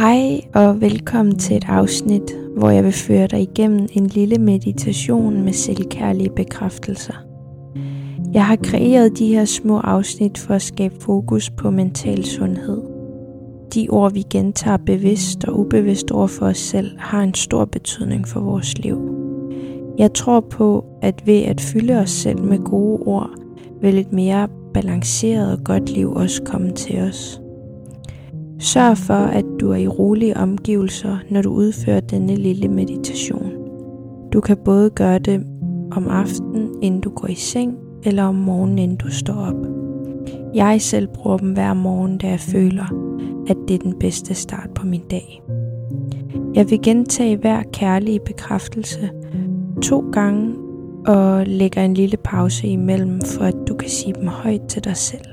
Hej og velkommen til et afsnit, hvor jeg vil føre dig igennem en lille meditation med selvkærlige bekræftelser. Jeg har kreeret de her små afsnit for at skabe fokus på mental sundhed. De ord, vi gentager bevidst og ubevidst over for os selv, har en stor betydning for vores liv. Jeg tror på, at ved at fylde os selv med gode ord, vil et mere balanceret og godt liv også komme til os. Sørg for, at du er i rolige omgivelser, når du udfører denne lille meditation. Du kan både gøre det om aftenen, inden du går i seng, eller om morgenen, inden du står op. Jeg selv bruger dem hver morgen, da jeg føler, at det er den bedste start på min dag. Jeg vil gentage hver kærlige bekræftelse 2 gange, og lægger en lille pause imellem, for at du kan sige dem højt til dig selv.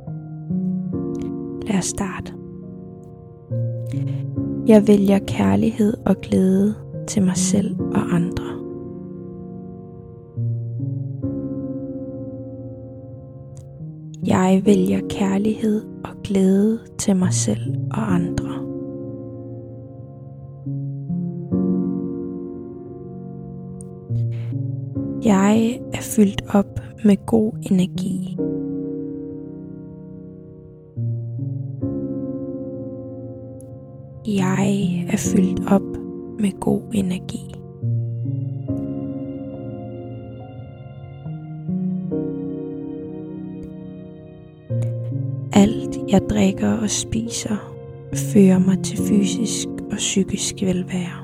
Lad os starte. Jeg vælger kærlighed og glæde til mig selv og andre. Jeg vælger kærlighed og glæde til mig selv og andre. Jeg er fyldt op med god energi. Jeg er fyldt op med god energi. Alt jeg drikker og spiser fører mig til fysisk og psykisk velvære.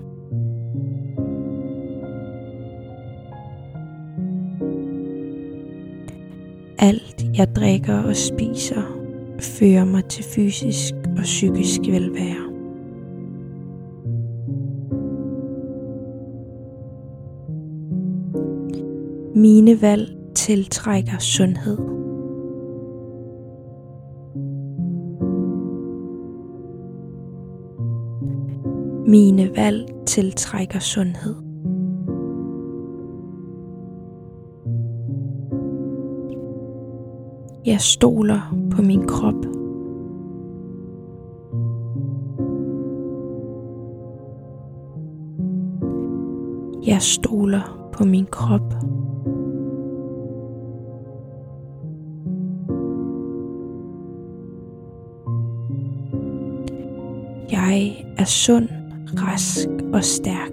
Alt jeg drikker og spiser fører mig til fysisk og psykisk velvære. Mine valg tiltrækker sundhed. Mine valg tiltrækker sundhed. Jeg stoler på min krop. Jeg stoler på min krop. Jeg er sund, rask og stærk.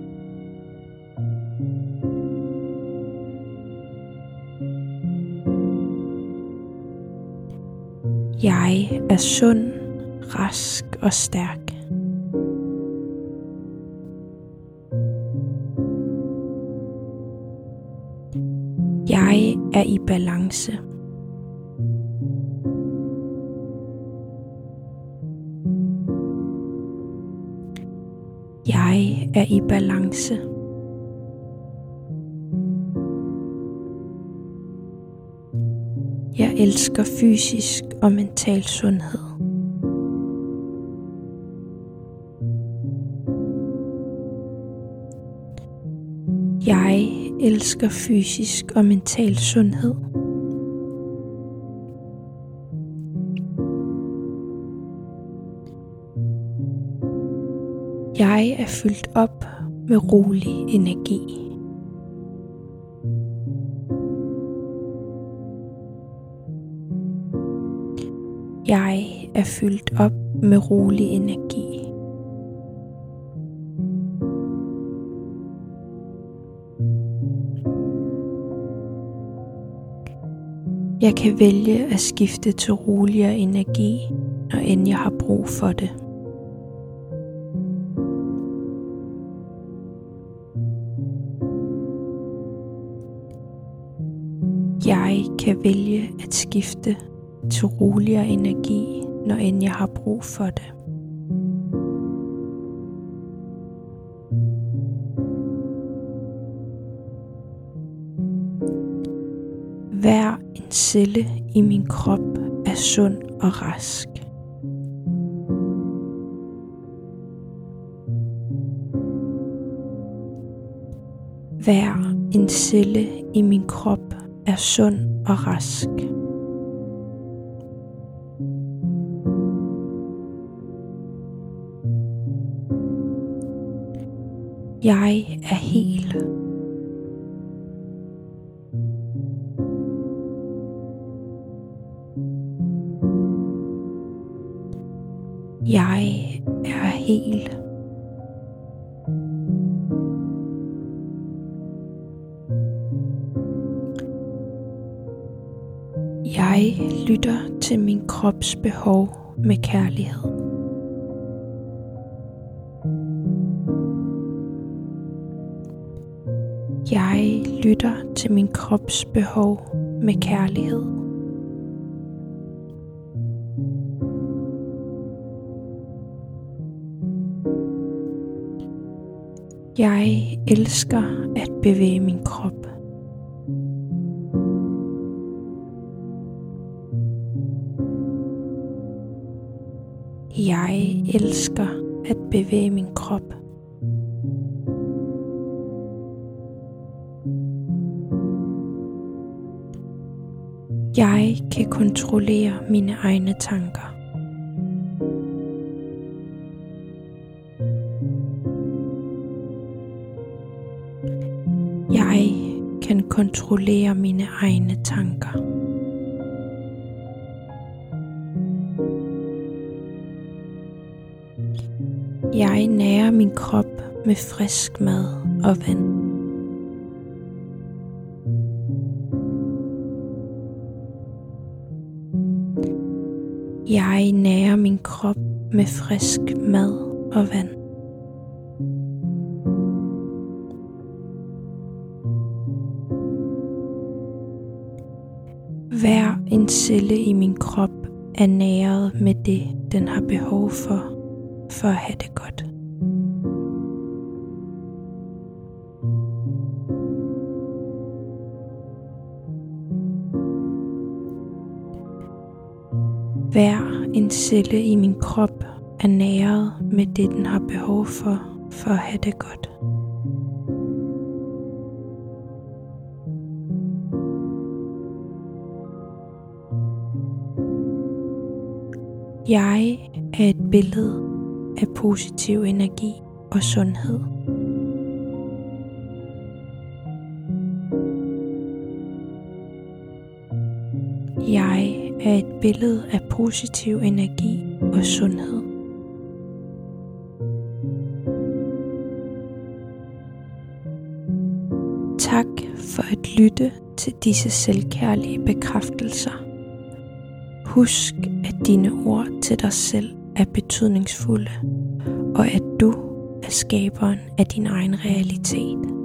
Jeg er sund, rask og stærk. Jeg er i balance. Jeg er i balance. Jeg elsker fysisk og mental sundhed. Jeg elsker fysisk og mental sundhed. Jeg er fyldt op med rolig energi. Jeg er fyldt op med rolig energi. Jeg kan vælge at skifte til roligere energi, når end jeg har brug for det. Jeg kan vælge at skifte til roligere energi, når end jeg har brug for det. Hver en celle i min krop er sund og rask. Hver en celle i min krop er sund og rask. Jeg er hel. Jeg er hel. Jeg lytter til min krops behov med kærlighed. Jeg lytter til min krops behov med kærlighed. Jeg elsker at bevæge min krop. Jeg elsker at bevæge min krop. Jeg kan kontrollere mine egne tanker. Jeg kan kontrollere mine egne tanker. Jeg nærer min krop med frisk mad og vand. Jeg nærer min krop med frisk mad og vand. Hver en celle i min krop er næret med det, den har behov for at have det godt. Hver en celle i min krop er næret med det, den har behov for at have det godt. Jeg er et billede af positiv energi og sundhed. Jeg er et billede af positiv energi og sundhed. Tak for at lytte til disse selvkærlige bekræftelser. Husk, at dine ord til dig selv er betydningsfulde, og at du er skaberen af din egen realitet.